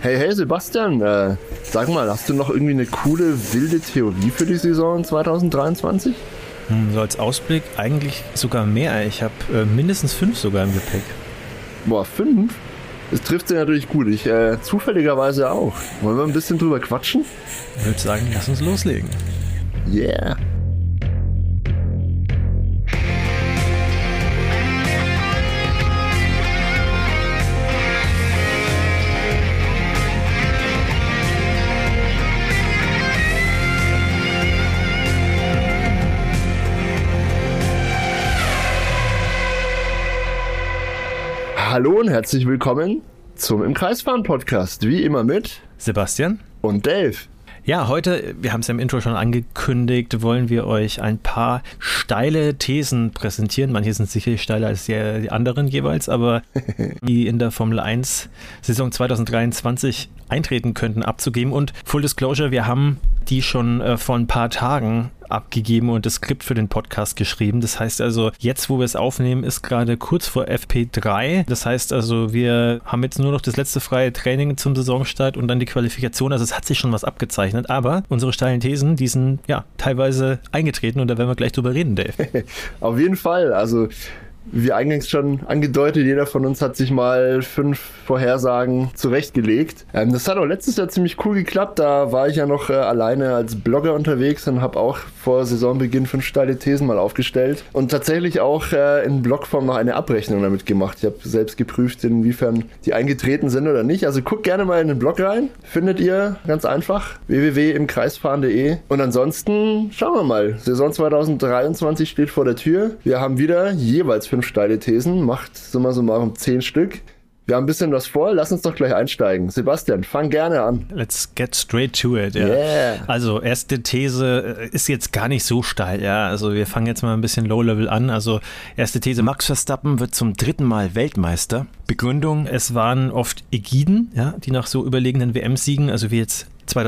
Hey Sebastian, sag mal, hast du noch irgendwie eine coole, wilde Theorie für die Saison 2023? So als Ausblick eigentlich sogar mehr. Ich habe mindestens 5 sogar im Gepäck. Boah, 5? Das trifft sie natürlich gut. Ich zufälligerweise auch. Wollen wir ein bisschen drüber quatschen? Ich würde sagen, lass uns loslegen. Yeah. Hallo und herzlich willkommen zum Im Kreis fahren Podcast. Wie immer mit Sebastian und Dave. Ja, heute, wir haben es ja im Intro schon angekündigt, wollen wir euch ein paar steile Thesen präsentieren. Manche sind sicherlich steiler als die anderen jeweils, aber die in der Formel 1 Saison 2023 eintreten könnten, abzugeben. Und Full Disclosure, wir haben die schon vor ein paar Tagen abgegeben und das Skript für den Podcast geschrieben. Das heißt also, jetzt, wo wir es aufnehmen, ist gerade kurz vor FP3. Das heißt also, wir haben jetzt nur noch das letzte freie Training zum Saisonstart und dann die Qualifikation. Also es hat sich schon was abgezeichnet, aber unsere steilen Thesen, die sind ja teilweise eingetreten und da werden wir gleich drüber reden, Dave. Auf jeden Fall, also wie eingangs schon angedeutet, jeder von uns hat sich mal 5 Vorhersagen zurechtgelegt. Das hat auch letztes Jahr ziemlich cool geklappt. Da war ich ja noch alleine als Blogger unterwegs und habe auch vor Saisonbeginn 5 steile Thesen mal aufgestellt. Und tatsächlich auch in Blogform noch eine Abrechnung damit gemacht. Ich habe selbst geprüft, inwiefern die eingetreten sind oder nicht. Also guckt gerne mal in den Blog rein. Findet ihr ganz einfach www.imkreisfahren.de. Und ansonsten schauen wir mal. Saison 2023 steht vor der Tür. Wir haben wieder jeweils 5 steile Thesen, macht summa summarum 10 Stück. Wir haben ein bisschen was vor, lass uns doch gleich einsteigen. Sebastian, fang gerne an. Let's get straight to it. Ja. Yeah. Also erste These ist jetzt gar nicht so steil. Ja. Also wir fangen jetzt mal ein bisschen Low-Level an. Also erste These, Max Verstappen wird zum 3. Mal Weltmeister. Begründung, es waren oft Ägiden, ja, die nach so überlegenen WM-Siegen, also wie jetzt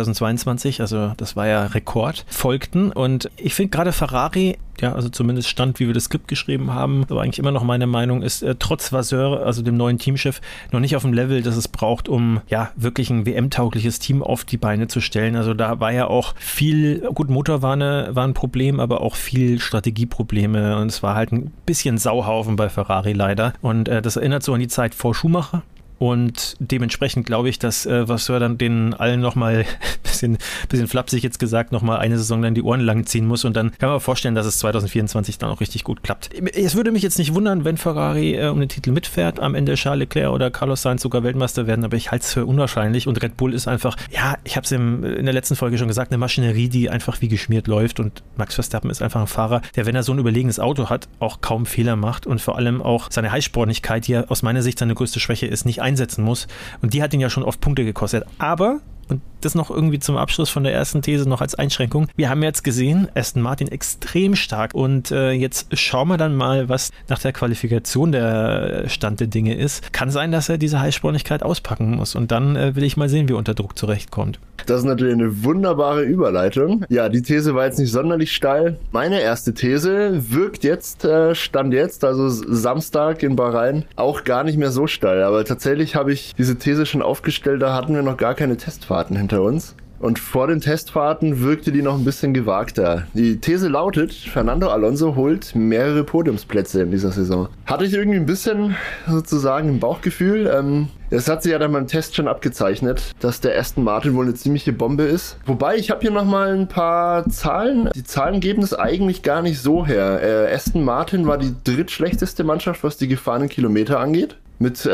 2022, also das war ja Rekord, folgten. Und ich finde gerade Ferrari, ja, also zumindest Stand, wie wir das Skript geschrieben haben, aber eigentlich immer noch meine Meinung ist, trotz Vasseur, also dem neuen Teamchef, noch nicht auf dem Level, das es braucht, um ja wirklich ein WM-taugliches Team auf die Beine zu stellen. Also da war ja auch viel, gut, Motor war ein Problem, aber auch viel Strategieprobleme und es war halt ein bisschen Sauhaufen bei Ferrari leider. Und das erinnert so an die Zeit vor Schumacher. Und dementsprechend glaube ich, dass Vasseur dann denen allen nochmal, bisschen flapsig jetzt gesagt, nochmal eine Saison dann die Ohren lang ziehen muss und dann kann man vorstellen, dass es 2024 dann auch richtig gut klappt. Es würde mich jetzt nicht wundern, wenn Ferrari um den Titel mitfährt, am Ende Charles Leclerc oder Carlos Sainz sogar Weltmeister werden, aber ich halte es für unwahrscheinlich und Red Bull ist einfach, ja, ich habe es in der letzten Folge schon gesagt, eine Maschinerie, die einfach wie geschmiert läuft und Max Verstappen ist einfach ein Fahrer, der, wenn er so ein überlegenes Auto hat, auch kaum Fehler macht und vor allem auch seine Heißspornigkeit, die ja aus meiner Sicht seine größte Schwäche ist, nicht einsetzen muss. Und die hat ihn ja schon oft Punkte gekostet. Aber, und das noch irgendwie zum Abschluss von der ersten These noch als Einschränkung, wir haben jetzt gesehen, Aston Martin extrem stark und jetzt schauen wir dann mal, was nach der Qualifikation der Stand der Dinge ist. Kann sein, dass er diese Heißspornigkeit auspacken muss und dann will ich mal sehen, wie er unter Druck zurechtkommt. Das ist natürlich eine wunderbare Überleitung. Ja, die These war jetzt nicht sonderlich steil. Meine erste These wirkt jetzt, Stand jetzt, also Samstag in Bahrain, auch gar nicht mehr so steil. Aber tatsächlich habe ich diese These schon aufgestellt, da hatten wir noch gar keine Testfahrten hinter uns. Und vor den Testfahrten wirkte die noch ein bisschen gewagter. Die These lautet, Fernando Alonso holt mehrere Podiumsplätze in dieser Saison. Hatte ich irgendwie ein bisschen sozusagen ein Bauchgefühl. Es hat sich ja dann beim Test schon abgezeichnet, dass der Aston Martin wohl eine ziemliche Bombe ist. Wobei, ich habe hier nochmal ein paar Zahlen. Die Zahlen geben es eigentlich gar nicht so her. Aston Martin war die drittschlechteste Mannschaft, was die gefahrenen Kilometer angeht. Mit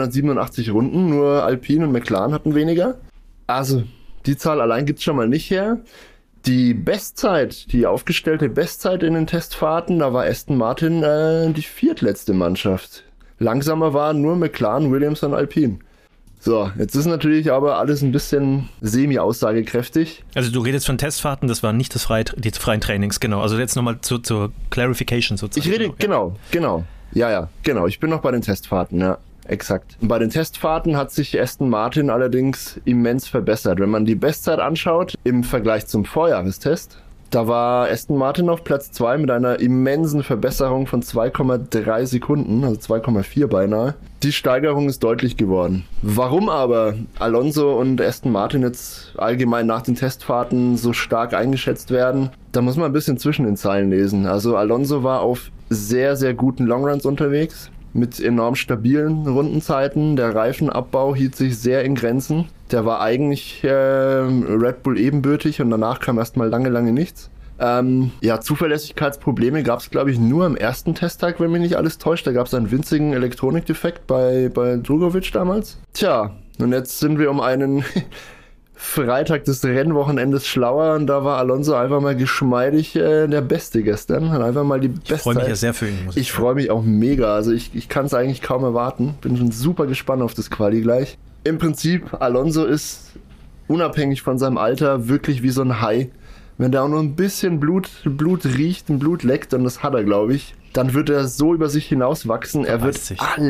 387 Runden, nur Alpine und McLaren hatten weniger. Also die Zahl allein gibt es schon mal nicht her. Die Bestzeit, die aufgestellte Bestzeit in den Testfahrten, da war Aston Martin die viertletzte Mannschaft. Langsamer waren nur McLaren, Williams und Alpine. So, jetzt ist natürlich aber alles ein bisschen semi-aussagekräftig. Also du redest von Testfahrten, das waren nicht die freien Trainings, genau. Also jetzt nochmal zur Clarification sozusagen. Ich rede, genau. Ja, genau. Ich bin noch bei den Testfahrten, ja. Exakt. Bei den Testfahrten hat sich Aston Martin allerdings immens verbessert. Wenn man die Bestzeit anschaut, im Vergleich zum Vorjahrestest, da war Aston Martin auf Platz 2 mit einer immensen Verbesserung von 2,3 Sekunden, also 2,4 beinahe. Die Steigerung ist deutlich geworden. Warum aber Alonso und Aston Martin jetzt allgemein nach den Testfahrten so stark eingeschätzt werden, da muss man ein bisschen zwischen den Zeilen lesen. Also Alonso war auf sehr, sehr guten Longruns unterwegs, mit enorm stabilen Rundenzeiten. Der Reifenabbau hielt sich sehr in Grenzen. Der war eigentlich Red Bull ebenbürtig und danach kam erstmal lange, lange nichts. Zuverlässigkeitsprobleme gab es, glaube ich, nur am ersten Testtag, wenn mich nicht alles täuscht. Da gab es einen winzigen Elektronikdefekt bei Drugovic damals. Tja, und jetzt sind wir um einen Freitag des Rennwochenendes schlauer und da war Alonso einfach mal geschmeidig der Beste gestern. Hat einfach mal die beste. Ich freue mich ja sehr für ihn. Ich freue mich auch mega. Also ich kann es eigentlich kaum erwarten. Bin schon super gespannt auf das Quali gleich. Im Prinzip, Alonso ist unabhängig von seinem Alter wirklich wie so ein Hai. Wenn der auch nur ein bisschen Blut riecht und Blut leckt, und das hat er, glaube ich, dann wird er so über sich hinauswachsen. Er wird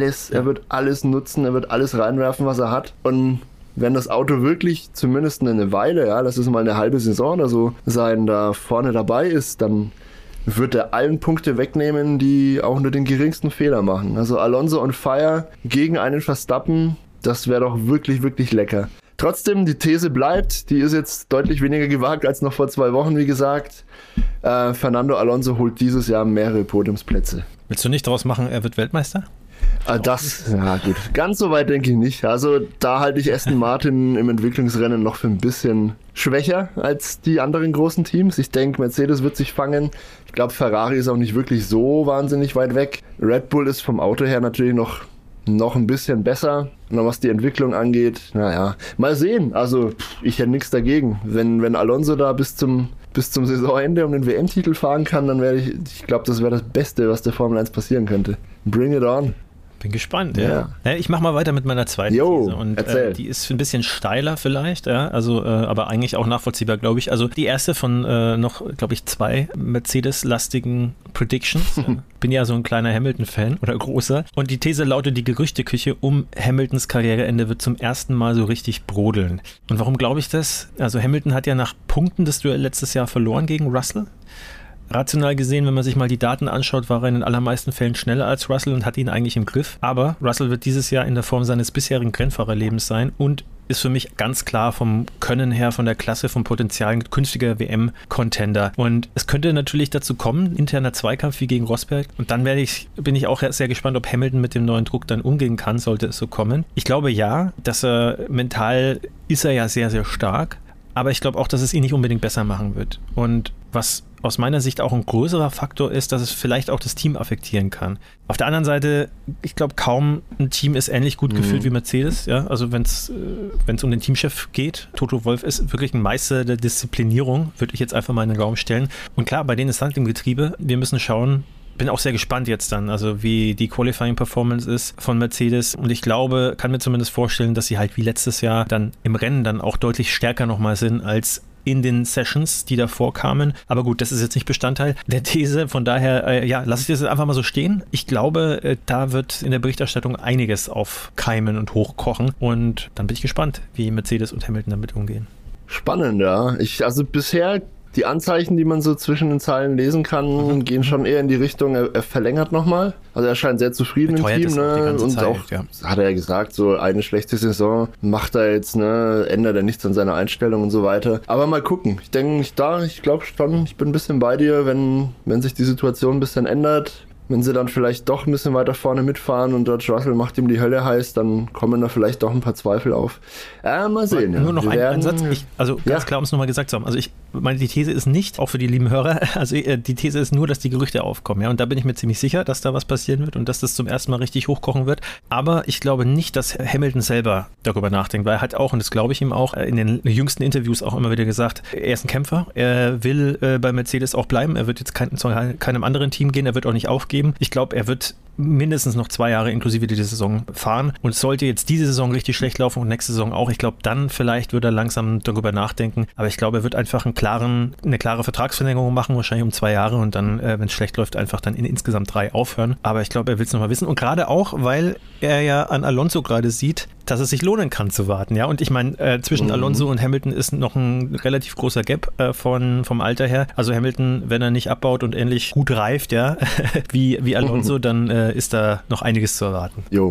alles nutzen, er wird alles reinwerfen, was er hat. Und wenn das Auto wirklich zumindest eine Weile, ja, das ist mal eine halbe Saison oder so, da vorne dabei ist, dann wird er allen Punkte wegnehmen, die auch nur den geringsten Fehler machen. Also Alonso on fire gegen einen Verstappen, das wäre doch wirklich, wirklich lecker. Trotzdem, die These bleibt, die ist jetzt deutlich weniger gewagt als noch vor 2 Wochen, wie gesagt. Fernando Alonso holt dieses Jahr mehrere Podiumsplätze. Willst du nicht daraus machen, er wird Weltmeister? Ja gut. Ganz so weit denke ich nicht. Also da halte ich Aston Martin im Entwicklungsrennen noch für ein bisschen schwächer als die anderen großen Teams. Ich denke, Mercedes wird sich fangen. Ich glaube, Ferrari ist auch nicht wirklich so wahnsinnig weit weg. Red Bull ist vom Auto her natürlich noch ein bisschen besser. Und was die Entwicklung angeht, naja, mal sehen. Also ich hätte nichts dagegen. Wenn Alonso da bis zum Saisonende um den WM-Titel fahren kann, dann ich glaube, das wäre das Beste, was der Formel 1 passieren könnte. Bring it on. Bin gespannt, ja. Ich mache mal weiter mit meiner zweiten These. Und die ist ein bisschen steiler vielleicht, ja, also aber eigentlich auch nachvollziehbar, glaube ich. Also die erste von noch, glaube ich, 2 Mercedes-lastigen Predictions. Bin ja so ein kleiner Hamilton-Fan oder großer. Und die These lautet, die Gerüchteküche um Hamiltons Karriereende wird zum ersten Mal so richtig brodeln. Und warum glaube ich das? Also Hamilton hat ja nach Punkten das Duell letztes Jahr verloren gegen Russell. Rational gesehen, wenn man sich mal die Daten anschaut, war er in den allermeisten Fällen schneller als Russell und hat ihn eigentlich im Griff. Aber Russell wird dieses Jahr in der Form seines bisherigen Rennfahrerlebens sein und ist für mich ganz klar vom Können her, von der Klasse, vom Potenzial ein künftiger WM-Contender. Und es könnte natürlich dazu kommen, interner Zweikampf wie gegen Rosberg. Und dann bin ich auch sehr gespannt, ob Hamilton mit dem neuen Druck dann umgehen kann, sollte es so kommen. Ich glaube ja, dass er mental ist er ja sehr, sehr stark. Aber ich glaube auch, dass es ihn nicht unbedingt besser machen wird. Und was aus meiner Sicht auch ein größerer Faktor ist, dass es vielleicht auch das Team affektieren kann. Auf der anderen Seite, ich glaube, kaum ein Team ist ähnlich gut gefüllt wie Mercedes. Ja? Also wenn es um den Teamchef geht, Toto Wolff ist wirklich ein Meister der Disziplinierung, würde ich jetzt einfach mal in den Raum stellen. Und klar, bei denen ist Sand im Getriebe. Wir müssen schauen. Bin auch sehr gespannt jetzt dann, also wie die Qualifying-Performance ist von Mercedes und ich glaube, kann mir zumindest vorstellen, dass sie halt wie letztes Jahr dann im Rennen dann auch deutlich stärker nochmal sind als in den Sessions, die davor kamen. Aber gut, das ist jetzt nicht Bestandteil der These, von daher, lasse ich das jetzt einfach mal so stehen. Ich glaube, da wird in der Berichterstattung einiges aufkeimen und hochkochen und dann bin ich gespannt, wie Mercedes und Hamilton damit umgehen. Spannend, ja. Also bisher die Anzeichen, die man so zwischen den Zeilen lesen kann, gehen schon eher in die Richtung, er verlängert nochmal. Also er scheint sehr zufrieden im Team, ne? Und Zeit, auch, hat er ja gesagt, so eine schlechte Saison macht er jetzt, ne? Ändert er nichts an seiner Einstellung und so weiter. Aber mal gucken. Ich glaube schon, ich bin ein bisschen bei dir, wenn sich die Situation ein bisschen ändert. Wenn sie dann vielleicht doch ein bisschen weiter vorne mitfahren und George Russell macht ihm die Hölle heiß, dann kommen da vielleicht doch ein paar Zweifel auf. Mal sehen. Nur noch ein Satz. Ganz klar, um es nochmal gesagt zu haben. Also ich meine, die These ist nicht, auch für die lieben Hörer, also die These ist nur, dass die Gerüchte aufkommen. Ja? Und da bin ich mir ziemlich sicher, dass da was passieren wird und dass das zum ersten Mal richtig hochkochen wird. Aber ich glaube nicht, dass Hamilton selber darüber nachdenkt, weil er hat auch, und das glaube ich ihm auch, in den jüngsten Interviews auch immer wieder gesagt, er ist ein Kämpfer, er will bei Mercedes auch bleiben, er wird jetzt zu keinem anderen Team gehen, er wird auch nicht aufgeben. Ich glaube, er wird mindestens noch 2 Jahre inklusive die Saison fahren und sollte jetzt diese Saison richtig schlecht laufen und nächste Saison auch, ich glaube, dann vielleicht wird er langsam darüber nachdenken, aber ich glaube, er wird einfach eine klare Vertragsverlängerung machen, wahrscheinlich um 2 Jahre und dann, wenn es schlecht läuft, einfach dann in insgesamt 3 aufhören, aber ich glaube, er will es nochmal wissen und gerade auch, weil er ja an Alonso gerade sieht, dass es sich lohnen kann zu warten, ja, und ich meine, zwischen Alonso und Hamilton ist noch ein relativ großer Gap vom Alter her, also Hamilton, wenn er nicht abbaut und ähnlich gut reift, ja, wie Alonso, dann ist da noch einiges zu erwarten. Jo,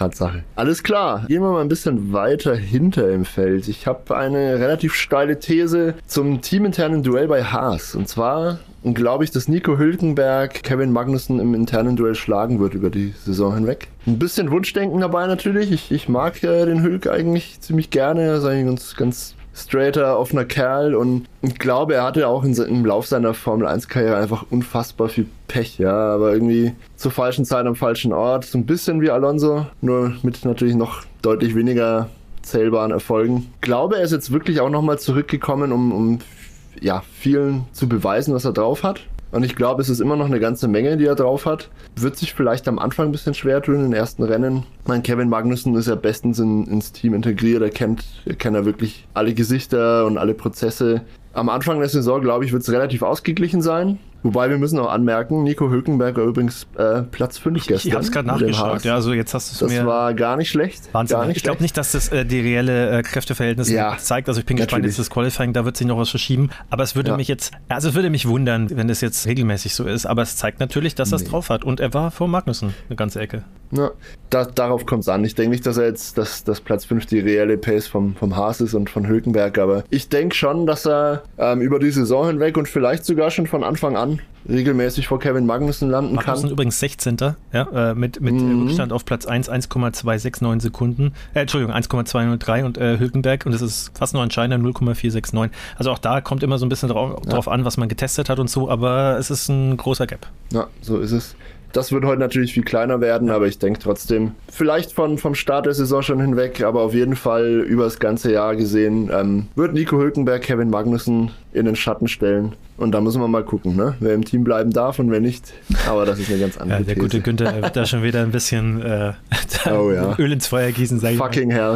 Tatsache. Alles klar, gehen wir mal ein bisschen weiter hinter im Feld. Ich habe eine relativ steile These zum teaminternen Duell bei Haas. Und zwar glaube ich, dass Nico Hülkenberg Kevin Magnussen im internen Duell schlagen wird über die Saison hinweg. Ein bisschen Wunschdenken dabei natürlich. Ich mag den Hülk eigentlich ziemlich gerne. Er ist eigentlich ganz straighter, offener Kerl und ich glaube, er hatte auch im Lauf seiner Formel-1-Karriere einfach unfassbar viel Pech, ja, aber irgendwie zur falschen Zeit am falschen Ort. So ein bisschen wie Alonso, nur mit natürlich noch deutlich weniger zählbaren Erfolgen. Ich glaube, er ist jetzt wirklich auch nochmal zurückgekommen, um vielen zu beweisen, was er drauf hat. Und ich glaube, es ist immer noch eine ganze Menge, die er drauf hat. Wird sich vielleicht am Anfang ein bisschen schwer tun in den ersten Rennen. Kevin Magnussen ist ja bestens ins Team integriert. Er kennt wirklich alle Gesichter und alle Prozesse. Am Anfang der Saison, glaube ich, wird es relativ ausgeglichen sein. Wobei wir müssen auch anmerken, Nico Hülkenberg war übrigens Platz 5 gestern. Ich habe es gerade nachgeschaut, ja, also jetzt hast du es mir... Das war gar nicht schlecht. Wahnsinn. Ich glaube nicht, dass das die reelle Kräfteverhältnisse zeigt. Also ich bin gespannt, jetzt das Qualifying, da wird sich noch was verschieben. Aber es würde mich wundern, wenn das jetzt regelmäßig so ist. Aber es zeigt natürlich, dass er es drauf hat. Und er war vor Magnussen eine ganze Ecke. Ja, darauf kommt es an. Ich denke nicht, dass er jetzt das Platz 5 die reelle Pace vom Haas ist und von Hülkenberg. Aber ich denke schon, dass er über die Saison hinweg und vielleicht sogar schon von Anfang an regelmäßig vor Kevin Magnussen landen kann. Magnussen übrigens 16. Ja, mit Rückstand auf Platz 1, 1,269 Sekunden. Entschuldigung, 1,203 und Hülkenberg und das ist fast noch entscheidender, 0,469. Also auch da kommt immer so ein bisschen drauf an, was man getestet hat und so, aber es ist ein großer Gap. Ja, so ist es. Das wird heute natürlich viel kleiner werden, aber ich denke trotzdem, vielleicht vom Start der Saison schon hinweg, aber auf jeden Fall über das ganze Jahr gesehen, wird Nico Hülkenberg Kevin Magnussen in den Schatten stellen. Und da müssen wir mal gucken, ne? Wer im Team bleiben darf und wer nicht. Aber das ist eine ganz andere der gute Günther wird da schon wieder ein bisschen Öl ins Feuer gießen, sage ich mal. Fucking hell.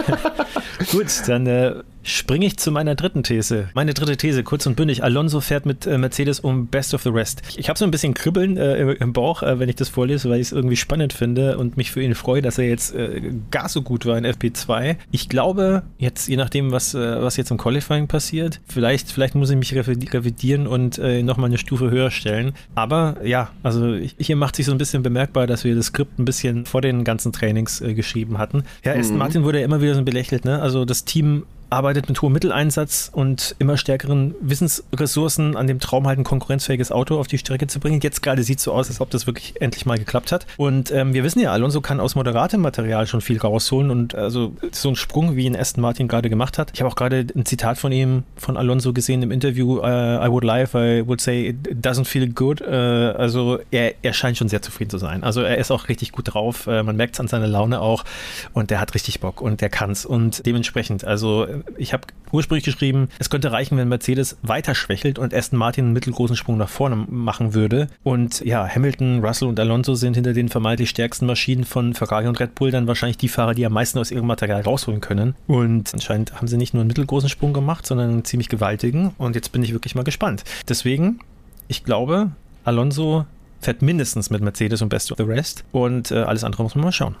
Gut, dann springe ich zu meiner dritten These. Meine dritte These, kurz und bündig. Alonso fährt mit Mercedes um Best of the Rest. Ich habe so ein bisschen Kribbeln im Bauch, wenn ich das vorlese, weil ich es irgendwie spannend finde und mich für ihn freue, dass er jetzt gar so gut war in FP2. Ich glaube, jetzt, je nachdem, was jetzt im Qualifying passiert, vielleicht muss ich mich revidieren und nochmal eine Stufe höher stellen. Aber ja, also hier macht sich so ein bisschen bemerkbar, dass wir das Skript ein bisschen vor den ganzen Trainings geschrieben hatten. Ja, Aston Martin wurde ja immer wieder so belächelt, ne? Also das Team arbeitet mit hohem Mitteleinsatz und immer stärkeren Wissensressourcen an dem Traum, halt ein konkurrenzfähiges Auto auf die Strecke zu bringen. Jetzt gerade sieht es so aus, als ob das wirklich endlich mal geklappt hat. Und wir wissen ja, Alonso kann aus moderatem Material schon viel rausholen und also so ein Sprung, wie ihn Aston Martin gerade gemacht hat. Ich habe auch gerade ein Zitat von Alonso gesehen im Interview, I would say it doesn't feel good. Also er scheint schon sehr zufrieden zu sein. Also er ist auch richtig gut drauf. Man merkt es an seiner Laune auch und der hat richtig Bock und der kann's. Und dementsprechend, also ich habe ursprünglich geschrieben, es könnte reichen, wenn Mercedes weiter schwächelt und Aston Martin einen mittelgroßen Sprung nach vorne machen würde. Und ja, Hamilton, Russell und Alonso sind hinter den vermeintlich stärksten Maschinen von Ferrari und Red Bull dann wahrscheinlich die Fahrer, die am meisten aus ihrem Material rausholen können. Und anscheinend haben sie nicht nur einen mittelgroßen Sprung gemacht, sondern einen ziemlich gewaltigen. Und jetzt bin ich wirklich mal gespannt. Deswegen, ich glaube, Alonso fährt mindestens mit Mercedes und Best of the Rest. Und alles andere muss man mal schauen.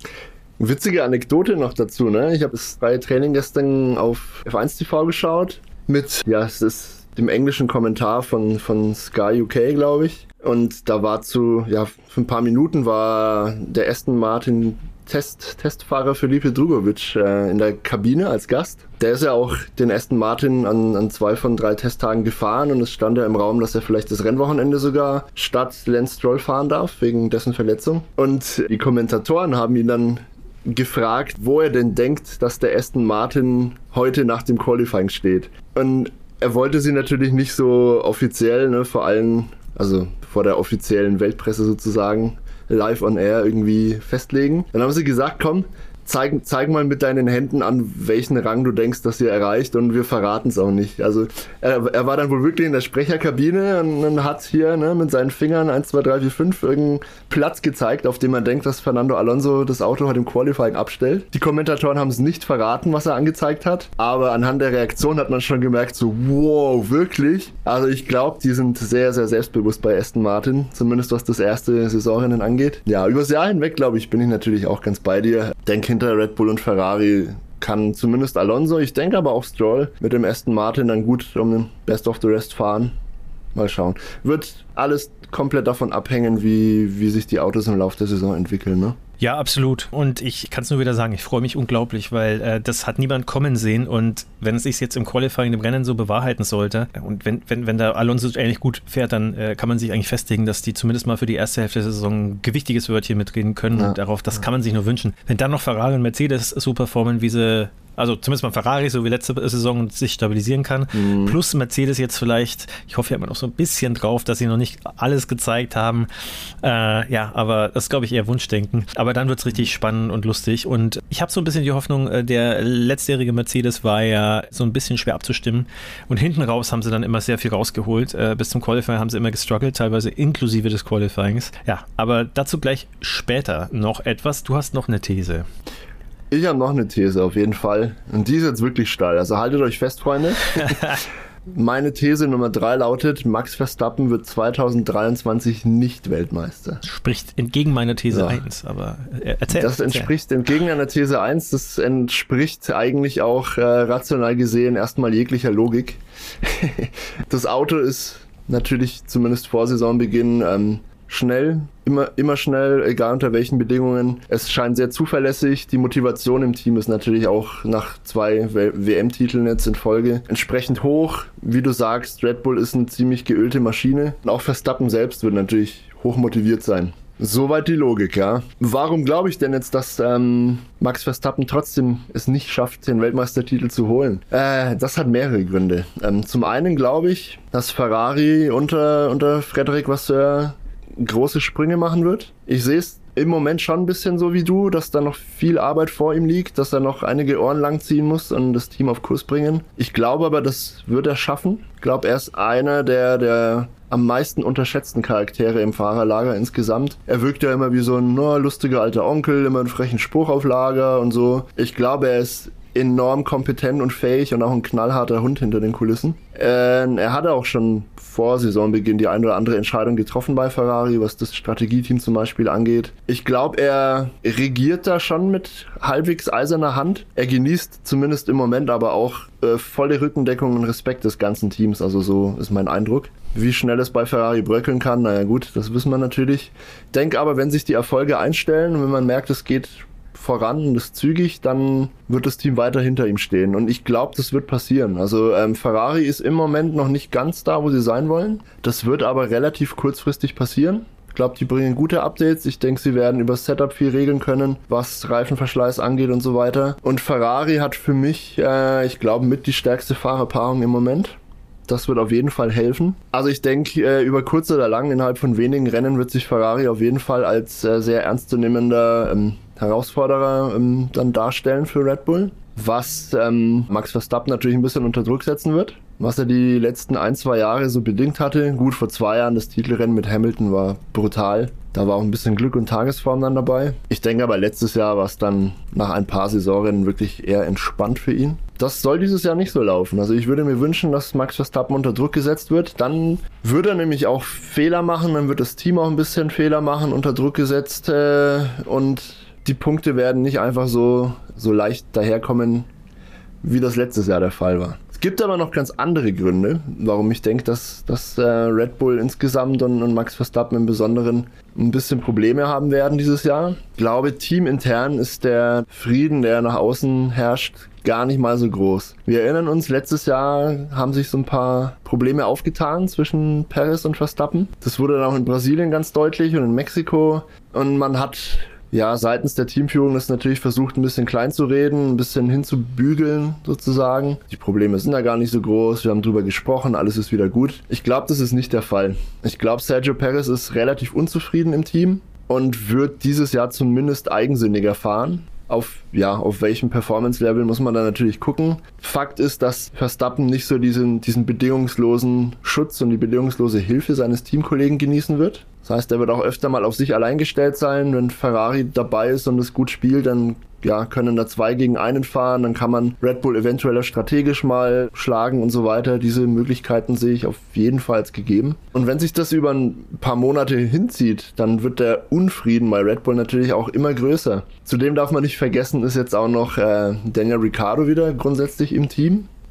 Witzige Anekdote noch dazu, ne? Ich habe das freie Training gestern auf F1 TV geschaut mit, es ist dem englischen Kommentar von Sky UK, glaube ich. Und da war für ein paar Minuten war der Aston Martin Testfahrer Felipe Drugovich in der Kabine als Gast. Der ist ja auch den Aston Martin an 2 von 3 Testtagen gefahren und es stand ja im Raum, dass er vielleicht das Rennwochenende sogar statt Lance Stroll fahren darf, wegen dessen Verletzung. Und die Kommentatoren haben ihn dann gefragt, wo er denn denkt, dass der Aston Martin heute nach dem Qualifying steht. Und er wollte sie natürlich nicht so offiziell, ne, vor allem, also vor der offiziellen Weltpresse sozusagen, live on air irgendwie festlegen. Dann haben sie gesagt, komm, zeig mal mit deinen Händen an, welchen Rang du denkst, dass ihr erreicht und wir verraten es auch nicht. Also er war dann wohl wirklich in der Sprecherkabine und hat hier mit seinen Fingern 1, 2, 3, 4, 5 irgendeinen Platz gezeigt, auf dem man denkt, dass Fernando Alonso das Auto heute im Qualifying abstellt. Die Kommentatoren haben es nicht verraten, was er angezeigt hat, aber anhand der Reaktion hat man schon gemerkt, so wow, wirklich? Also ich glaube, die sind sehr, sehr selbstbewusst bei Aston Martin, zumindest was das erste Saisonrennen angeht. Ja, übers Jahr hinweg, glaube ich, bin ich natürlich auch ganz bei dir. Denke, hinter Red Bull und Ferrari kann zumindest Alonso, ich denke aber auch Stroll mit dem Aston Martin dann gut um den Best of the Rest fahren. Mal schauen. Wird alles komplett davon abhängen, wie sich die Autos im Laufe der Saison entwickeln, ne? Ja, absolut. Und ich kann es nur wieder sagen, ich freue mich unglaublich, weil das hat niemand kommen sehen. Und wenn es sich jetzt im Qualifying, im Rennen so bewahrheiten sollte und wenn da Alonso ähnlich gut fährt, dann kann man sich eigentlich festlegen, dass die zumindest mal für die erste Hälfte der Saison ein gewichtiges Wörtchen mitreden können. Und darauf, das kann man sich nur wünschen. Wenn dann noch Ferrari und Mercedes so performen, wie sie, also zumindest mal Ferrari, so wie letzte Saison, sich stabilisieren kann. Plus Mercedes jetzt vielleicht, ich hoffe ja immer noch so ein bisschen drauf, dass sie noch nicht alles gezeigt haben. Aber das ist, glaube ich, eher Wunschdenken. Aber dann wird es richtig spannend und lustig. Und ich habe so ein bisschen die Hoffnung, der letztjährige Mercedes war ja so ein bisschen schwer abzustimmen. Und hinten raus haben sie dann immer sehr viel rausgeholt. Bis zum Qualifying haben sie immer gestruggelt, teilweise inklusive des Qualifyings. Ja, aber dazu gleich später noch etwas. Du hast noch eine These. Ich habe noch eine These, auf jeden Fall. Und die ist jetzt wirklich steil. Also haltet euch fest, Freunde. Meine These Nummer 3 lautet, Max Verstappen wird 2023 nicht Weltmeister. Spricht entgegen meiner These 1, aber erzähl. Das entspricht entgegen einer These 1, das entspricht eigentlich auch rational gesehen erstmal jeglicher Logik. Das Auto ist natürlich zumindest vor Saisonbeginn schnell, immer schnell, egal unter welchen Bedingungen. Es scheint sehr zuverlässig. Die Motivation im Team ist natürlich auch nach 2 WM-Titeln jetzt in Folge entsprechend hoch. Wie du sagst, Red Bull ist eine ziemlich geölte Maschine. Und auch Verstappen selbst wird natürlich hoch motiviert sein. Soweit die Logik, ja. Warum glaube ich denn jetzt, dass Max Verstappen trotzdem es nicht schafft, den Weltmeistertitel zu holen? Das hat mehrere Gründe. Zum einen glaube ich, dass Ferrari unter Frederic Vasseur große Sprünge machen wird. Ich sehe es im Moment schon ein bisschen so wie du, dass da noch viel Arbeit vor ihm liegt, dass er noch einige Ohren langziehen muss und das Team auf Kurs bringen. Ich glaube aber, das wird er schaffen. Ich glaube, er ist einer der am meisten unterschätzten Charaktere im Fahrerlager insgesamt. Er wirkt ja immer wie so ein lustiger alter Onkel, immer einen frechen Spruch auf Lager und so. Ich glaube, er ist enorm kompetent und fähig und auch ein knallharter Hund hinter den Kulissen. Er hatte auch schon vor Saisonbeginn die eine oder andere Entscheidung getroffen bei Ferrari, was das Strategieteam zum Beispiel angeht. Ich glaube, er regiert da schon mit halbwegs eiserner Hand. Er genießt zumindest im Moment aber auch volle Rückendeckung und Respekt des ganzen Teams. Also so ist mein Eindruck. Wie schnell es bei Ferrari bröckeln kann, naja gut, das wissen wir natürlich. Denke aber, wenn sich die Erfolge einstellen und wenn man merkt, es geht voran und ist zügig, dann wird das Team weiter hinter ihm stehen. Und ich glaube, das wird passieren. Also Ferrari ist im Moment noch nicht ganz da, wo sie sein wollen. Das wird aber relativ kurzfristig passieren. Ich glaube, die bringen gute Updates. Ich denke, sie werden über das Setup viel regeln können, was Reifenverschleiß angeht und so weiter. Und Ferrari hat für mich, ich glaube, mit die stärkste Fahrerpaarung im Moment. Das wird auf jeden Fall helfen. Also ich denke, über kurz oder lang, innerhalb von wenigen Rennen wird sich Ferrari auf jeden Fall als sehr ernstzunehmender Herausforderer dann darstellen für Red Bull. Was Max Verstappen natürlich ein bisschen unter Druck setzen wird. Was er die letzten 1-2 Jahre so bedingt hatte. Gut, vor 2 Jahren das Titelrennen mit Hamilton war brutal. Da war auch ein bisschen Glück und Tagesform dann dabei. Ich denke aber, letztes Jahr war es dann nach ein paar Saisonrennen wirklich eher entspannt für ihn. Das soll dieses Jahr nicht so laufen. Also ich würde mir wünschen, dass Max Verstappen unter Druck gesetzt wird. Dann würde er nämlich auch Fehler machen. Dann wird das Team auch ein bisschen Fehler machen, unter Druck gesetzt. Und die Punkte werden nicht einfach so leicht daherkommen, wie das letztes Jahr der Fall war. Es gibt aber noch ganz andere Gründe, warum ich denke, dass Red Bull insgesamt und Max Verstappen im Besonderen ein bisschen Probleme haben werden dieses Jahr. Ich glaube, teamintern ist der Frieden, der nach außen herrscht, gar nicht mal so groß. Wir erinnern uns, letztes Jahr haben sich so ein paar Probleme aufgetan zwischen Perez und Verstappen. Das wurde dann auch in Brasilien ganz deutlich und in Mexiko. Und man hat seitens der Teamführung ist natürlich versucht, ein bisschen klein zu reden, ein bisschen hinzubügeln sozusagen. Die Probleme sind ja gar nicht so groß, wir haben drüber gesprochen, alles ist wieder gut. Ich glaube, das ist nicht der Fall. Ich glaube, Sergio Perez ist relativ unzufrieden im Team und wird dieses Jahr zumindest eigensinniger fahren. Auf welchem Performance-Level muss man da natürlich gucken. Fakt ist, dass Verstappen nicht so diesen bedingungslosen Schutz und die bedingungslose Hilfe seines Teamkollegen genießen wird. Das heißt, er wird auch öfter mal auf sich allein gestellt sein. Wenn Ferrari dabei ist und es gut spielt, dann können da 2 gegen 1 fahren. Dann kann man Red Bull eventuell strategisch mal schlagen und so weiter. Diese Möglichkeiten sehe ich auf jeden Fall als gegeben. Und wenn sich das über ein paar Monate hinzieht, dann wird der Unfrieden bei Red Bull natürlich auch immer größer. Zudem darf man nicht vergessen, ist jetzt auch noch Daniel Ricciardo wieder grundsätzlich im Team.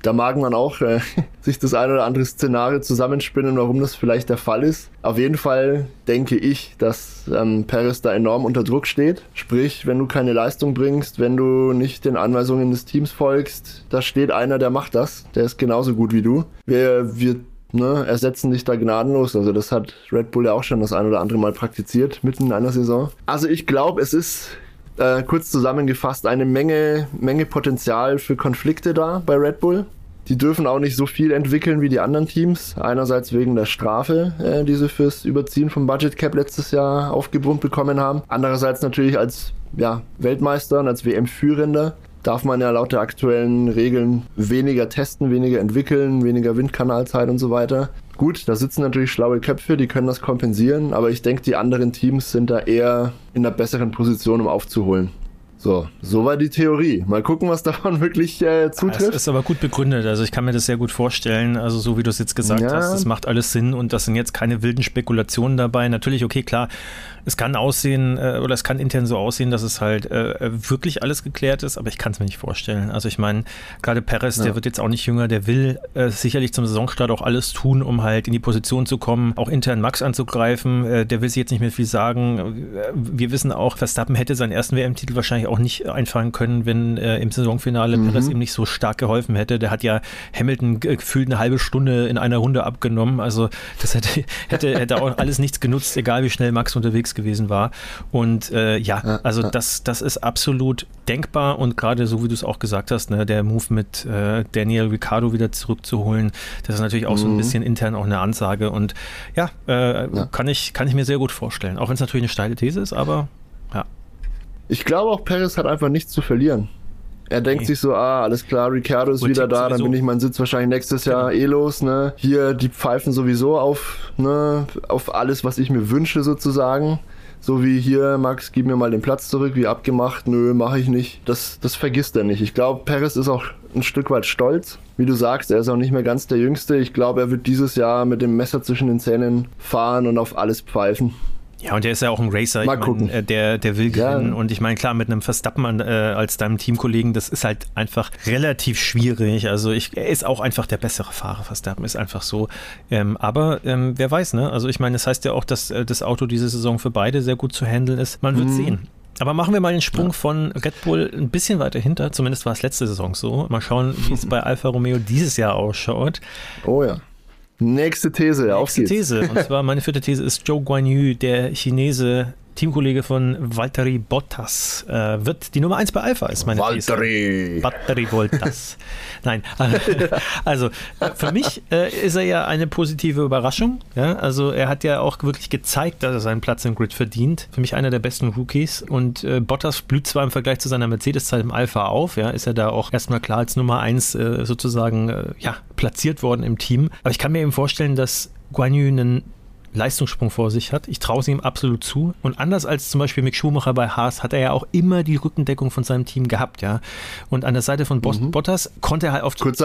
Da mag man auch sich das ein oder andere Szenario zusammenspinnen, warum das vielleicht der Fall ist. Auf jeden Fall denke ich, dass Perez da enorm unter Druck steht. Sprich, wenn du keine Leistung bringst, wenn du nicht den Anweisungen des Teams folgst, da steht einer, der macht das. Der ist genauso gut wie du. Wir ersetzen dich da gnadenlos. Also das hat Red Bull ja auch schon das ein oder andere Mal praktiziert, mitten in einer Saison. Also ich glaube, es ist kurz zusammengefasst eine Menge Potenzial für Konflikte da bei Red Bull. Die dürfen auch nicht so viel entwickeln wie die anderen Teams. Einerseits wegen der Strafe, die sie fürs Überziehen vom Budget Cap letztes Jahr aufgebrummt bekommen haben. Andererseits natürlich als Weltmeister und als WM-Führender darf man ja laut der aktuellen Regeln weniger testen, weniger entwickeln, weniger Windkanalzeit und so weiter. Gut, da sitzen natürlich schlaue Köpfe, die können das kompensieren, aber ich denke, die anderen Teams sind da eher in einer besseren Position, um aufzuholen. So war die Theorie. Mal gucken, was davon wirklich zutrifft. Das ist aber gut begründet. Also ich kann mir das sehr gut vorstellen. Also so wie du es jetzt gesagt hast, das macht alles Sinn und das sind jetzt keine wilden Spekulationen dabei. Natürlich, okay, klar, es kann aussehen oder es kann intern so aussehen, dass es halt wirklich alles geklärt ist, aber ich kann es mir nicht vorstellen. Also ich meine, gerade Perez, der wird jetzt auch nicht jünger, der will sicherlich zum Saisonstart auch alles tun, um halt in die Position zu kommen, auch intern Max anzugreifen. Der will sich jetzt nicht mehr viel sagen. Wir wissen auch, Verstappen hätte seinen ersten WM-Titel wahrscheinlich auch nicht einfahren können, wenn im Saisonfinale Perez ihm nicht so stark geholfen hätte. Der hat ja Hamilton gefühlt eine halbe Stunde in einer Runde abgenommen. Also das hätte auch alles nichts genutzt, egal wie schnell Max unterwegs gewesen war. Und das ist absolut denkbar und gerade so, wie du es auch gesagt hast, ne, der Move mit Daniel Ricciardo wieder zurückzuholen, das ist natürlich auch so ein bisschen intern auch eine Ansage und kann ich mir sehr gut vorstellen. Auch wenn es natürlich eine steile These ist, aber ja. Ich glaube auch, Perez hat einfach nichts zu verlieren. Er denkt sich so, alles klar, Ricciardo ist wieder da, dann bin ich meinen Sitz wahrscheinlich nächstes Jahr los, ne? Hier, die pfeifen sowieso auf alles, was ich mir wünsche sozusagen. So wie hier, Max, gib mir mal den Platz zurück, wie abgemacht, nö, mache ich nicht. Das vergisst er nicht. Ich glaube, Perez ist auch ein Stück weit stolz. Wie du sagst, er ist auch nicht mehr ganz der Jüngste. Ich glaube, er wird dieses Jahr mit dem Messer zwischen den Zähnen fahren und auf alles pfeifen. Ja, und der ist ja auch ein Racer. Mal gucken. Der will gewinnen. Ja. Und ich meine, klar, mit einem Verstappen als deinem Teamkollegen, das ist halt einfach relativ schwierig. Also er ist auch einfach der bessere Fahrer. Verstappen ist einfach so. Aber wer weiß, ne? Also ich meine, das heißt ja auch, dass das Auto diese Saison für beide sehr gut zu handeln ist. Man wird sehen. Aber machen wir mal den Sprung von Red Bull ein bisschen weiter hinter. Zumindest war es letzte Saison so. Mal schauen, wie es bei Alfa Romeo dieses Jahr ausschaut. Oh ja. Nächste These, auf geht's. These, und zwar meine vierte These ist Zhou Guanyu, der Chinese Teamkollege von Valtteri Bottas, wird die Nummer 1 bei Alpha, ist meine These. Valtteri Bottas. Nein, also für mich ist er ja eine positive Überraschung. Ja? Also er hat ja auch wirklich gezeigt, dass er seinen Platz im Grid verdient. Für mich einer der besten Rookies und Bottas blüht zwar im Vergleich zu seiner Mercedes-Zeit im Alpha auf, ja, ist er da auch erstmal klar als Nummer 1 sozusagen platziert worden im Team. Aber ich kann mir eben vorstellen, dass Guanyu einen Leistungssprung vor sich hat. Ich traue es ihm absolut zu. Und anders als zum Beispiel Mick Schumacher bei Haas hat er ja auch immer die Rückendeckung von seinem Team gehabt, ja. Und an der Seite von Bottas konnte er halt auf... Kurzer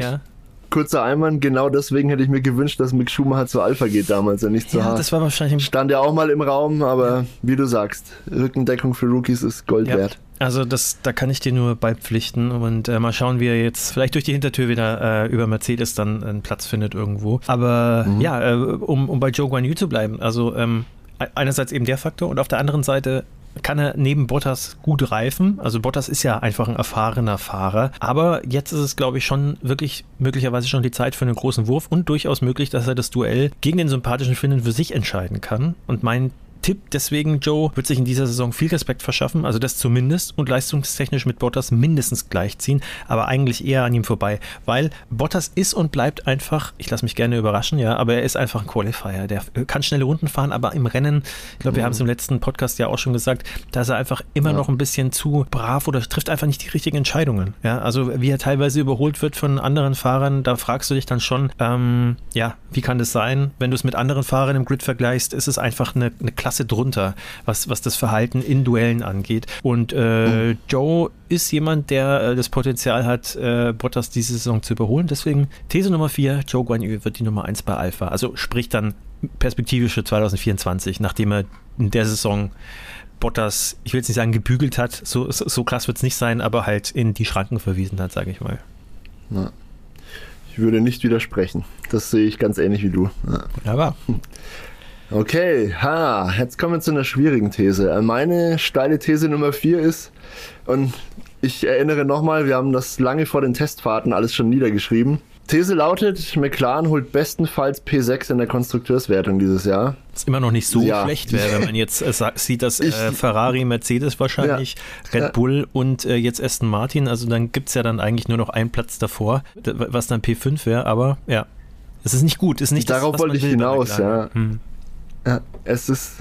Einwand, genau deswegen hätte ich mir gewünscht, dass Mick Schumacher zu Alpha geht damals und nicht zu Haas. Das war wahrscheinlich... Stand ja auch mal im Raum, aber wie du sagst, Rückendeckung für Rookies ist Gold wert. Also da kann ich dir nur beipflichten und mal schauen, wie er jetzt vielleicht durch die Hintertür wieder über Mercedes dann einen Platz findet irgendwo. Aber um bei Zhou Guanyu zu bleiben, also einerseits eben der Faktor und auf der anderen Seite kann er neben Bottas gut reifen. Also Bottas ist ja einfach ein erfahrener Fahrer. Aber jetzt ist es, glaube ich, schon wirklich möglicherweise schon die Zeit für einen großen Wurf und durchaus möglich, dass er das Duell gegen den sympathischen Finnen für sich entscheiden kann. Und mein Tipp, deswegen Joe wird sich in dieser Saison viel Respekt verschaffen, also das zumindest und leistungstechnisch mit Bottas mindestens gleichziehen, aber eigentlich eher an ihm vorbei, weil Bottas ist und bleibt einfach, ich lasse mich gerne überraschen, ja, aber er ist einfach ein Qualifier, der kann schnelle Runden fahren, aber im Rennen, ich glaube, wir haben es im letzten Podcast ja auch schon gesagt, da ist er einfach immer noch ein bisschen zu brav oder trifft einfach nicht die richtigen Entscheidungen, ja, also wie er teilweise überholt wird von anderen Fahrern, da fragst du dich dann schon, wie kann das sein, wenn du es mit anderen Fahrern im Grid vergleichst, ist es einfach eine Klasse drunter, was das Verhalten in Duellen angeht. Und Joe ist jemand, der das Potenzial hat, Bottas diese Saison zu überholen. Deswegen These Nummer 4, Zhou Guanyu wird die Nummer 1 bei Alpha. Also sprich dann perspektivisch für 2024, nachdem er in der Saison Bottas, ich will jetzt nicht sagen gebügelt hat, so krass wird es nicht sein, aber halt in die Schranken verwiesen hat, sage ich mal. Ja. Ich würde nicht widersprechen. Das sehe ich ganz ähnlich wie du. Ja. Wunderbar. Okay, jetzt kommen wir zu einer schwierigen These. Meine steile These Nummer 4 ist, und ich erinnere nochmal, wir haben das lange vor den Testfahrten alles schon niedergeschrieben. These lautet, McLaren holt bestenfalls P6 in der Konstrukteurswertung dieses Jahr. Was immer noch nicht so schlecht wäre, wenn man jetzt sieht, dass Ferrari, Mercedes wahrscheinlich, Red Bull und jetzt Aston Martin, also dann gibt es ja dann eigentlich nur noch einen Platz davor, was dann P5 wäre, aber ja, es ist nicht gut, ist nicht darauf das, was wollte man ich will hinaus, ja. Ja, es ist,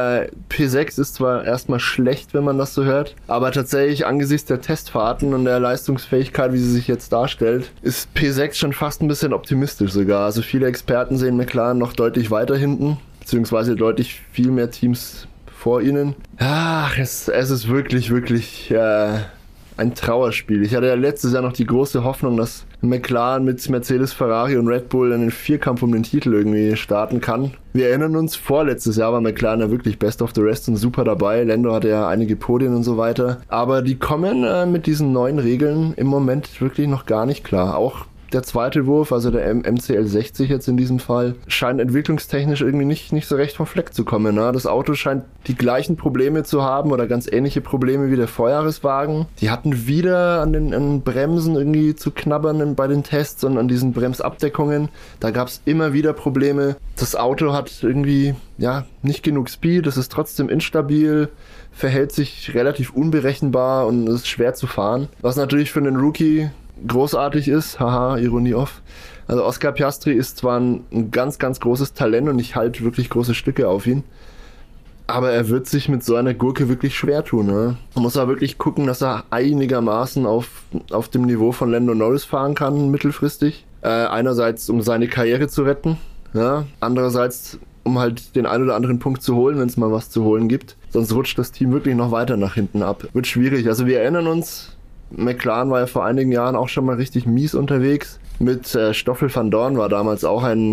P6 ist zwar erstmal schlecht, wenn man das so hört, aber tatsächlich angesichts der Testfahrten und der Leistungsfähigkeit, wie sie sich jetzt darstellt, ist P6 schon fast ein bisschen optimistisch sogar. Also viele Experten sehen McLaren noch deutlich weiter hinten, beziehungsweise deutlich viel mehr Teams vor ihnen. Es ist wirklich, wirklich ein Trauerspiel. Ich hatte ja letztes Jahr noch die große Hoffnung, dass McLaren mit Mercedes, Ferrari und Red Bull einen Vierkampf um den Titel irgendwie starten kann. Wir erinnern uns, vorletztes Jahr war McLaren ja wirklich best of the rest und super dabei. Lando hatte ja einige Podien und so weiter. Aber die kommen mit diesen neuen Regeln im Moment wirklich noch gar nicht klar. Auch der zweite Wurf, also der MCL 60 jetzt in diesem Fall, scheint entwicklungstechnisch irgendwie nicht so recht vom Fleck zu kommen. Ne? Das Auto scheint die gleichen Probleme zu haben oder ganz ähnliche Probleme wie der Vorjahreswagen. Die hatten wieder an den Bremsen irgendwie zu knabbern bei den Tests und an diesen Bremsabdeckungen. Da gab es immer wieder Probleme. Das Auto hat irgendwie nicht genug Speed, es ist trotzdem instabil, verhält sich relativ unberechenbar und ist schwer zu fahren. Was natürlich für einen Rookie großartig ist, haha, Ironie off. Also Oscar Piastri ist zwar ein ganz, ganz großes Talent und ich halte wirklich große Stücke auf ihn, aber er wird sich mit so einer Gurke wirklich schwer tun. Ne? Man muss aber wirklich gucken, dass er einigermaßen auf dem Niveau von Lando Norris fahren kann, mittelfristig. Einerseits, um seine Karriere zu retten, andererseits, um halt den einen oder anderen Punkt zu holen, wenn es mal was zu holen gibt. Sonst rutscht das Team wirklich noch weiter nach hinten ab. Wird schwierig. Also wir erinnern uns, McLaren war ja vor einigen Jahren auch schon mal richtig mies unterwegs. Mit Stoffel van Dorn war damals auch ein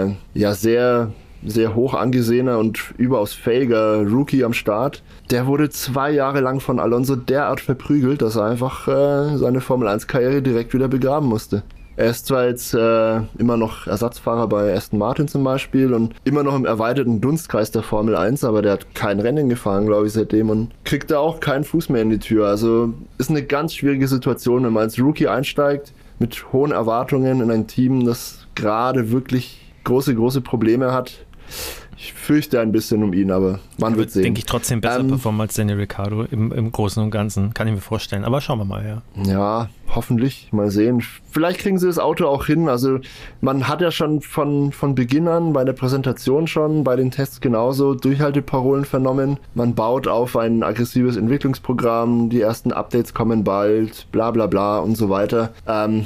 sehr, sehr hoch angesehener und überaus fähiger Rookie am Start. Der wurde 2 Jahre lang von Alonso derart verprügelt, dass er einfach seine Formel-1-Karriere direkt wieder begraben musste. Er ist zwar jetzt immer noch Ersatzfahrer bei Aston Martin zum Beispiel und immer noch im erweiterten Dunstkreis der Formel 1, aber der hat kein Rennen gefahren, glaube ich, seitdem und kriegt da auch keinen Fuß mehr in die Tür. Also ist eine ganz schwierige Situation, wenn man als Rookie einsteigt, mit hohen Erwartungen in ein Team, das gerade wirklich große, große Probleme hat. Ich fürchte ein bisschen um ihn, aber man wird sehen. Denke ich trotzdem besser performen als Daniel Ricciardo im Großen und Ganzen, kann ich mir vorstellen. Aber schauen wir mal, ja. Ja, hoffentlich. Mal sehen. Vielleicht kriegen sie das Auto auch hin. Also man hat ja schon von Beginn an, bei der Präsentation schon, bei den Tests genauso, Durchhalteparolen vernommen. Man baut auf ein aggressives Entwicklungsprogramm, die ersten Updates kommen bald, bla bla bla und so weiter.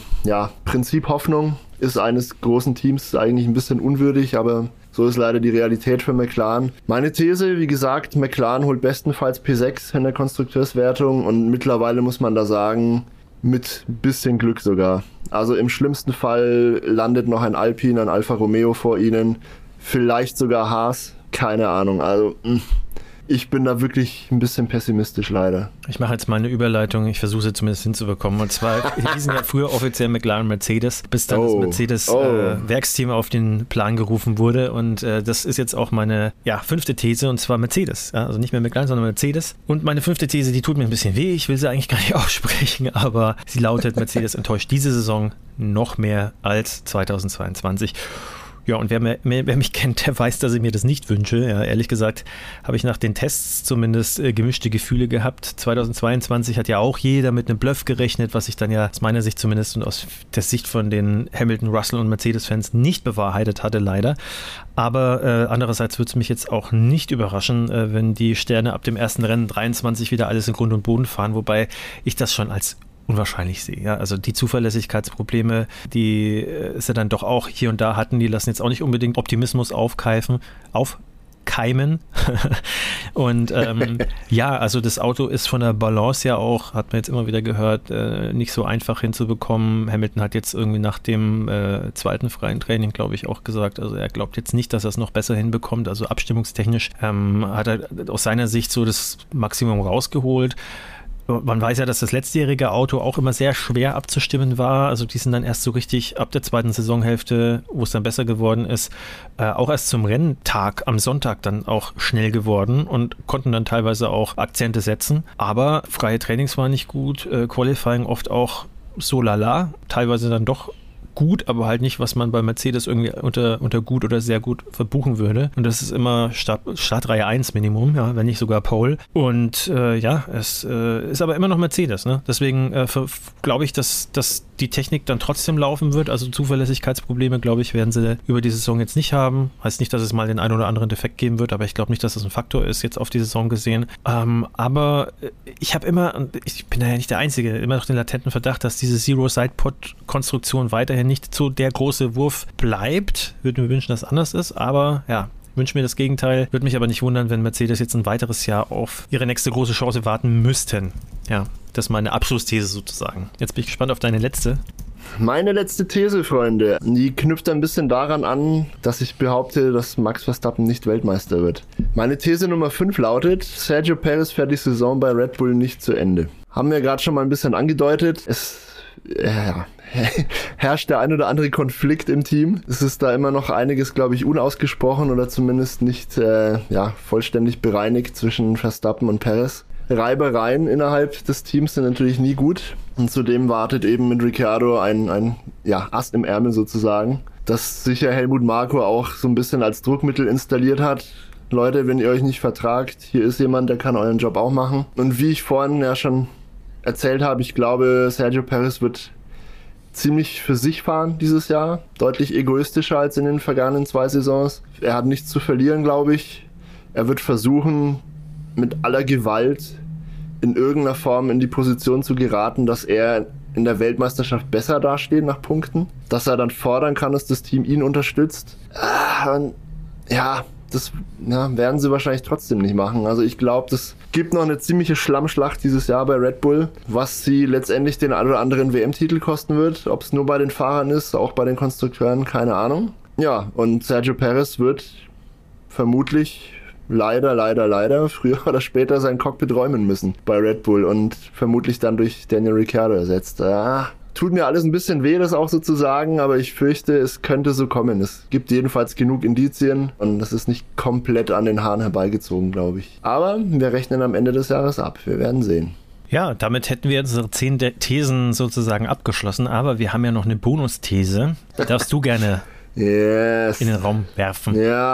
Prinzip Hoffnung ist eines großen Teams eigentlich ein bisschen unwürdig, aber so ist leider die Realität für McLaren. Meine These, wie gesagt, McLaren holt bestenfalls P6 in der Konstrukteurswertung und mittlerweile muss man da sagen, mit bisschen Glück sogar. Also im schlimmsten Fall landet noch ein Alpine, ein Alfa Romeo vor ihnen, vielleicht sogar Haas, keine Ahnung. Also ich bin da wirklich ein bisschen pessimistisch leider. Ich mache jetzt mal eine Überleitung, ich versuche sie zumindest hinzubekommen. Und zwar hießen ja früher offiziell McLaren Mercedes, bis dann das Mercedes-Werksteam auf den Plan gerufen wurde. Und das ist jetzt auch meine 5. These, und zwar Mercedes. Ja, also nicht mehr McLaren, sondern Mercedes. Und meine 5. These, die tut mir ein bisschen weh, ich will sie eigentlich gar nicht aussprechen, aber sie lautet, Mercedes enttäuscht diese Saison noch mehr als 2022. Ja, und wer mich kennt, der weiß, dass ich mir das nicht wünsche. Ja, ehrlich gesagt habe ich nach den Tests zumindest gemischte Gefühle gehabt. 2022 hat ja auch jeder mit einem Bluff gerechnet, was sich dann ja aus meiner Sicht zumindest und aus der Sicht von den Hamilton, Russell und Mercedes-Fans nicht bewahrheitet hatte, leider. Aber andererseits würde es mich jetzt auch nicht überraschen, wenn die Sterne ab dem ersten Rennen 23 wieder alles in Grund und Boden fahren, wobei ich das schon als unwahrscheinlich sehe. Ja? Also die Zuverlässigkeitsprobleme, die sie dann doch auch hier und da hatten, die lassen jetzt auch nicht unbedingt Optimismus aufkeimen. Und also das Auto ist von der Balance ja auch, hat man jetzt immer wieder gehört, nicht so einfach hinzubekommen. Hamilton hat jetzt irgendwie nach dem zweiten freien Training, glaube ich, auch gesagt, also er glaubt jetzt nicht, dass er es noch besser hinbekommt. Also abstimmungstechnisch hat er aus seiner Sicht so das Maximum rausgeholt. Man weiß ja, dass das letztjährige Auto auch immer sehr schwer abzustimmen war. Also die sind dann erst so richtig ab der zweiten Saisonhälfte, wo es dann besser geworden ist, auch erst zum Renntag am Sonntag dann auch schnell geworden und konnten dann teilweise auch Akzente setzen. Aber freie Trainings waren nicht gut, Qualifying oft auch so lala, teilweise dann doch gut, aber halt nicht, was man bei Mercedes irgendwie unter gut oder sehr gut verbuchen würde. Und das ist immer Startreihe 1 Minimum, ja, wenn nicht sogar Pole. Und es ist aber immer noch Mercedes, ne? Deswegen glaube ich, dass die Technik dann trotzdem laufen wird. Also Zuverlässigkeitsprobleme, glaube ich, werden sie über die Saison jetzt nicht haben. Heißt nicht, dass es mal den einen oder anderen Defekt geben wird, aber ich glaube nicht, dass das ein Faktor ist, jetzt auf die Saison gesehen. Aber ich habe immer, und ich bin da ja nicht der Einzige, immer noch den latenten Verdacht, dass diese Zero-Side-Pod-Konstruktion weiterhin nicht so der große Wurf bleibt. Würde mir wünschen, dass es anders ist, aber ja, wünsche mir das Gegenteil. Würde mich aber nicht wundern, wenn Mercedes jetzt ein weiteres Jahr auf ihre nächste große Chance warten müssten. Ja, das ist meine Abschlussthese sozusagen. Jetzt bin ich gespannt auf deine letzte. Meine letzte These, Freunde, die knüpft ein bisschen daran an, dass ich behaupte, dass Max Verstappen nicht Weltmeister wird. Meine These Nummer 5 lautet, Sergio Perez fährt die Saison bei Red Bull nicht zu Ende. Haben wir gerade schon mal ein bisschen angedeutet. Es herrscht der ein oder andere Konflikt im Team. Es ist da immer noch einiges, glaube ich, unausgesprochen oder zumindest nicht vollständig bereinigt zwischen Verstappen und Perez. Reibereien innerhalb des Teams sind natürlich nie gut. Und zudem wartet eben mit Ricciardo ein Ast im Ärmel sozusagen, das sicher Helmut Marko auch so ein bisschen als Druckmittel installiert hat. Leute, wenn ihr euch nicht vertragt, hier ist jemand, der kann euren Job auch machen. Und wie ich vorhin ja schon erzählt habe, ich glaube, Sergio Perez wird ziemlich für sich fahren dieses Jahr. Deutlich egoistischer als in den vergangenen 2 Saisons. Er hat nichts zu verlieren, glaube ich. Er wird versuchen, mit aller Gewalt in irgendeiner Form in die Position zu geraten, dass er in der Weltmeisterschaft besser dasteht nach Punkten. Dass er dann fordern kann, dass das Team ihn unterstützt. Das werden sie wahrscheinlich trotzdem nicht machen. Also ich glaube, das gibt noch eine ziemliche Schlammschlacht dieses Jahr bei Red Bull, was sie letztendlich den ein oder anderen WM-Titel kosten wird. Ob es nur bei den Fahrern ist, auch bei den Konstrukteuren, keine Ahnung. Ja, und Sergio Perez wird vermutlich leider früher oder später sein Cockpit räumen müssen bei Red Bull und vermutlich dann durch Daniel Ricciardo ersetzt. Tut mir alles ein bisschen weh, das auch so zu sagen, aber ich fürchte, es könnte so kommen. Es gibt jedenfalls genug Indizien und das ist nicht komplett an den Haaren herbeigezogen, glaube ich. Aber wir rechnen am Ende des Jahres ab. Wir werden sehen. Ja, damit hätten wir unsere 10 Thesen sozusagen abgeschlossen, aber wir haben ja noch eine Bonusthese. Die darfst du gerne in den Raum werfen.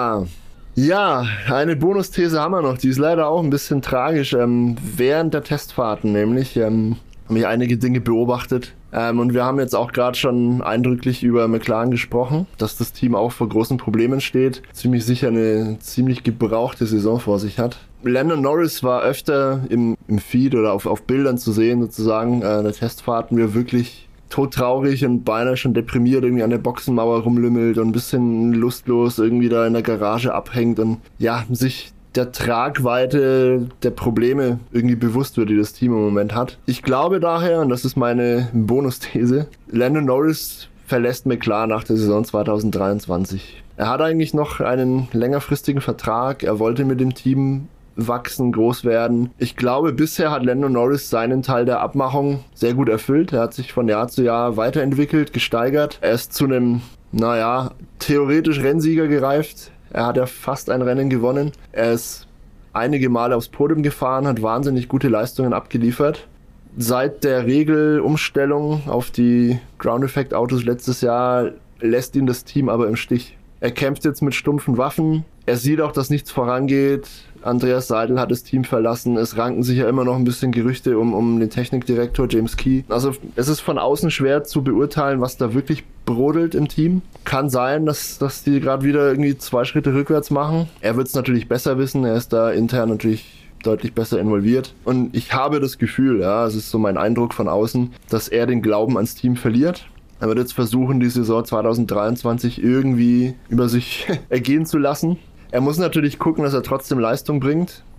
Ja, eine Bonusthese haben wir noch. Die ist leider auch ein bisschen tragisch. Während der Testfahrten nämlich haben wir einige Dinge beobachtet. Und wir haben jetzt auch gerade schon eindrücklich über McLaren gesprochen, dass das Team auch vor großen Problemen steht. Ziemlich sicher eine ziemlich gebrauchte Saison vor sich hat. Lando Norris war öfter im Feed oder auf Bildern zu sehen, sozusagen, der Testfahrten, wie er wirklich todtraurig und beinahe schon deprimiert irgendwie an der Boxenmauer rumlümmelt und ein bisschen lustlos irgendwie da in der Garage abhängt und sich der Tragweite der Probleme irgendwie bewusst wird, die das Team im Moment hat. Ich glaube daher, und das ist meine Bonusthese, Lando Norris verlässt McLaren nach der Saison 2023. Er hat eigentlich noch einen längerfristigen Vertrag, er wollte mit dem Team wachsen, groß werden. Ich glaube, bisher hat Lando Norris seinen Teil der Abmachung sehr gut erfüllt. Er hat sich von Jahr zu Jahr weiterentwickelt, gesteigert. Er ist zu einem, theoretisch Rennsieger gereift. Er hat ja fast ein Rennen gewonnen. Er ist einige Male aufs Podium gefahren, hat wahnsinnig gute Leistungen abgeliefert. Seit der Regelumstellung auf die Ground-Effect-Autos letztes Jahr lässt ihn das Team aber im Stich. Er kämpft jetzt mit stumpfen Waffen. Er sieht auch, dass nichts vorangeht. Andreas Seidel hat das Team verlassen. Es ranken sich ja immer noch ein bisschen Gerüchte um den Technikdirektor James Key. Also es ist von außen schwer zu beurteilen, was da wirklich brodelt im Team. Kann sein, dass die gerade wieder irgendwie 2 Schritte rückwärts machen. Er wird es natürlich besser wissen. Er ist da intern natürlich deutlich besser involviert. Und ich habe das Gefühl, es ist so mein Eindruck von außen, dass er den Glauben ans Team verliert. Er wird jetzt versuchen, die Saison 2023 irgendwie über sich ergehen zu lassen. Er muss natürlich gucken, dass er trotzdem Leistung bringt.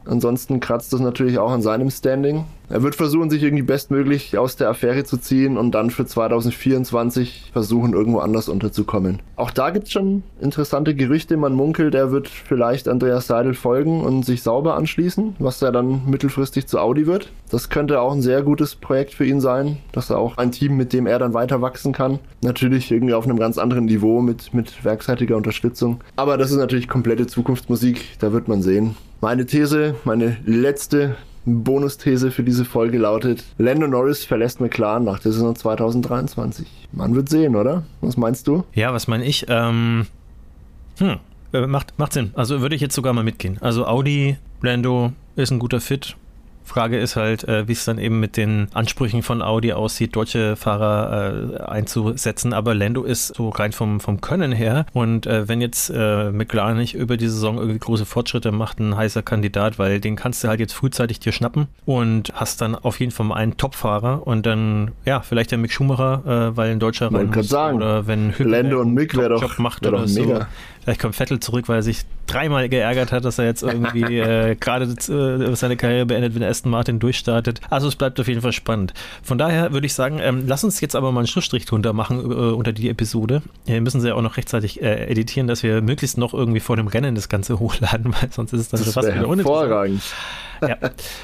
Ansonsten kratzt das natürlich auch an seinem Standing. Er wird versuchen, sich irgendwie bestmöglich aus der Affäre zu ziehen und dann für 2024 versuchen, irgendwo anders unterzukommen. Auch da gibt es schon interessante Gerüchte. Man munkelt, er wird vielleicht Andreas Seidel folgen und sich sauber anschließen, was ja dann mittelfristig zu Audi wird. Das könnte auch ein sehr gutes Projekt für ihn sein, dass er auch ein Team, mit dem er dann weiter wachsen kann. Natürlich irgendwie auf einem ganz anderen Niveau mit werkseitiger Unterstützung. Aber das ist natürlich komplette Zukunftsmusik, da wird man sehen. Meine These, meine letzte Bonusthese für diese Folge lautet: Lando Norris verlässt McLaren nach der Saison 2023. Man wird sehen, oder? Was meinst du? Ja, was meine ich? Macht Sinn. Also würde ich jetzt sogar mal mitgehen. Also Audi, Lando ist ein guter Fit. Frage ist halt, wie es dann eben mit den Ansprüchen von Audi aussieht, deutsche Fahrer einzusetzen. Aber Lando ist so rein vom Können her. Und wenn jetzt McLaren nicht über die Saison irgendwie große Fortschritte macht, ein heißer Kandidat, weil den kannst du halt jetzt frühzeitig dir schnappen und hast dann auf jeden Fall mal einen Top-Fahrer und dann, ja, vielleicht der Mick Schumacher, weil ein Deutscher rein muss. Sagen, oder wenn Lando und Mick wäre doch macht oder so. Mega. Vielleicht kommt Vettel zurück, weil er sich dreimal geärgert hat, dass er jetzt irgendwie gerade seine Karriere beendet, wenn Aston Martin durchstartet. Also es bleibt auf jeden Fall spannend. Von daher würde ich sagen, lass uns jetzt aber mal einen Schlussstrich drunter machen unter die Episode. Wir müssen sie ja auch noch rechtzeitig editieren, dass wir möglichst noch irgendwie vor dem Rennen das Ganze hochladen, weil sonst ist es dann fast wieder uninteressant. Ja.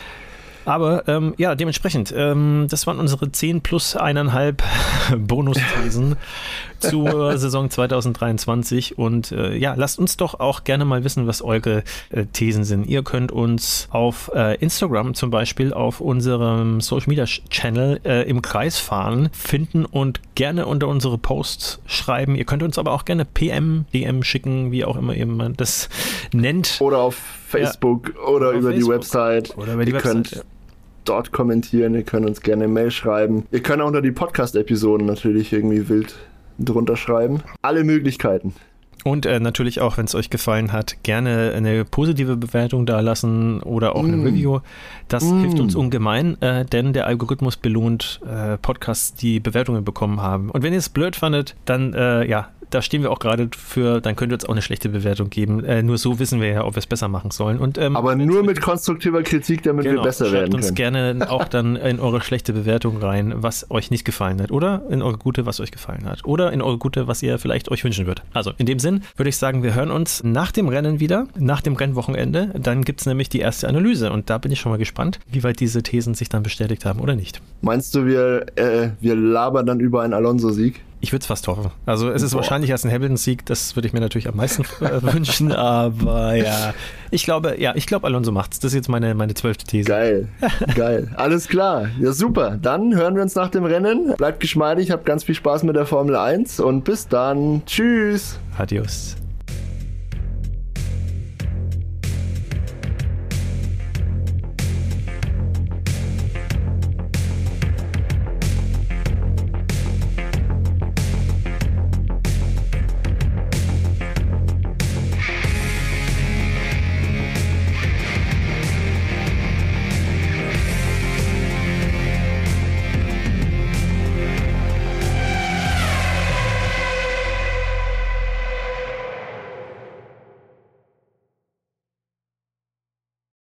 Aber ja, dementsprechend, das waren unsere 10 plus 1,5 Bonusthesen zur Saison 2023 und ja, lasst uns doch auch gerne mal wissen, was eure Thesen sind. Ihr könnt uns auf Instagram zum Beispiel auf unserem Social Media Channel im Kreis fahren finden und gerne unter unsere Posts schreiben. Ihr könnt uns aber auch gerne PM, DM schicken, wie auch immer jemand das nennt. Oder auf Facebook oder über die Website. Oder über die Website, dort kommentieren, ihr könnt uns gerne eine Mail schreiben. Ihr könnt auch unter die Podcast-Episoden natürlich irgendwie wild drunter schreiben. Alle Möglichkeiten. Und natürlich auch, wenn es euch gefallen hat, gerne eine positive Bewertung da lassen oder auch ein Review. Das hilft uns ungemein, denn der Algorithmus belohnt Podcasts, die Bewertungen bekommen haben. Und wenn ihr es blöd fandet, dann ja, da stehen wir auch gerade für, dann könnt ihr uns auch eine schlechte Bewertung geben. Nur so wissen wir ja, ob wir es besser machen sollen. Und, aber nur mit konstruktiver Kritik, damit wir besser werden können. Schreibt uns gerne auch dann in eure schlechte Bewertung rein, was euch nicht gefallen hat. Oder in eure gute, was euch gefallen hat. Oder in eure gute, was ihr vielleicht euch wünschen würdet. Also in dem Sinn würde ich sagen, wir hören uns nach dem Rennen wieder, nach dem Rennwochenende. Dann gibt es nämlich die erste Analyse. Und da bin ich schon mal gespannt, wie weit diese Thesen sich dann bestätigt haben oder nicht. Meinst du, wir labern dann über einen Alonso-Sieg? Ich würde es fast hoffen. Also es ist wahrscheinlich erst ein Hamilton-Sieg, das würde ich mir natürlich am meisten wünschen, aber ja, ich glaube, Alonso macht's. Das ist jetzt meine 12. These. Geil, geil. Alles klar. Ja, super. Dann hören wir uns nach dem Rennen. Bleibt geschmeidig, habt ganz viel Spaß mit der Formel 1 und bis dann. Tschüss. Adios.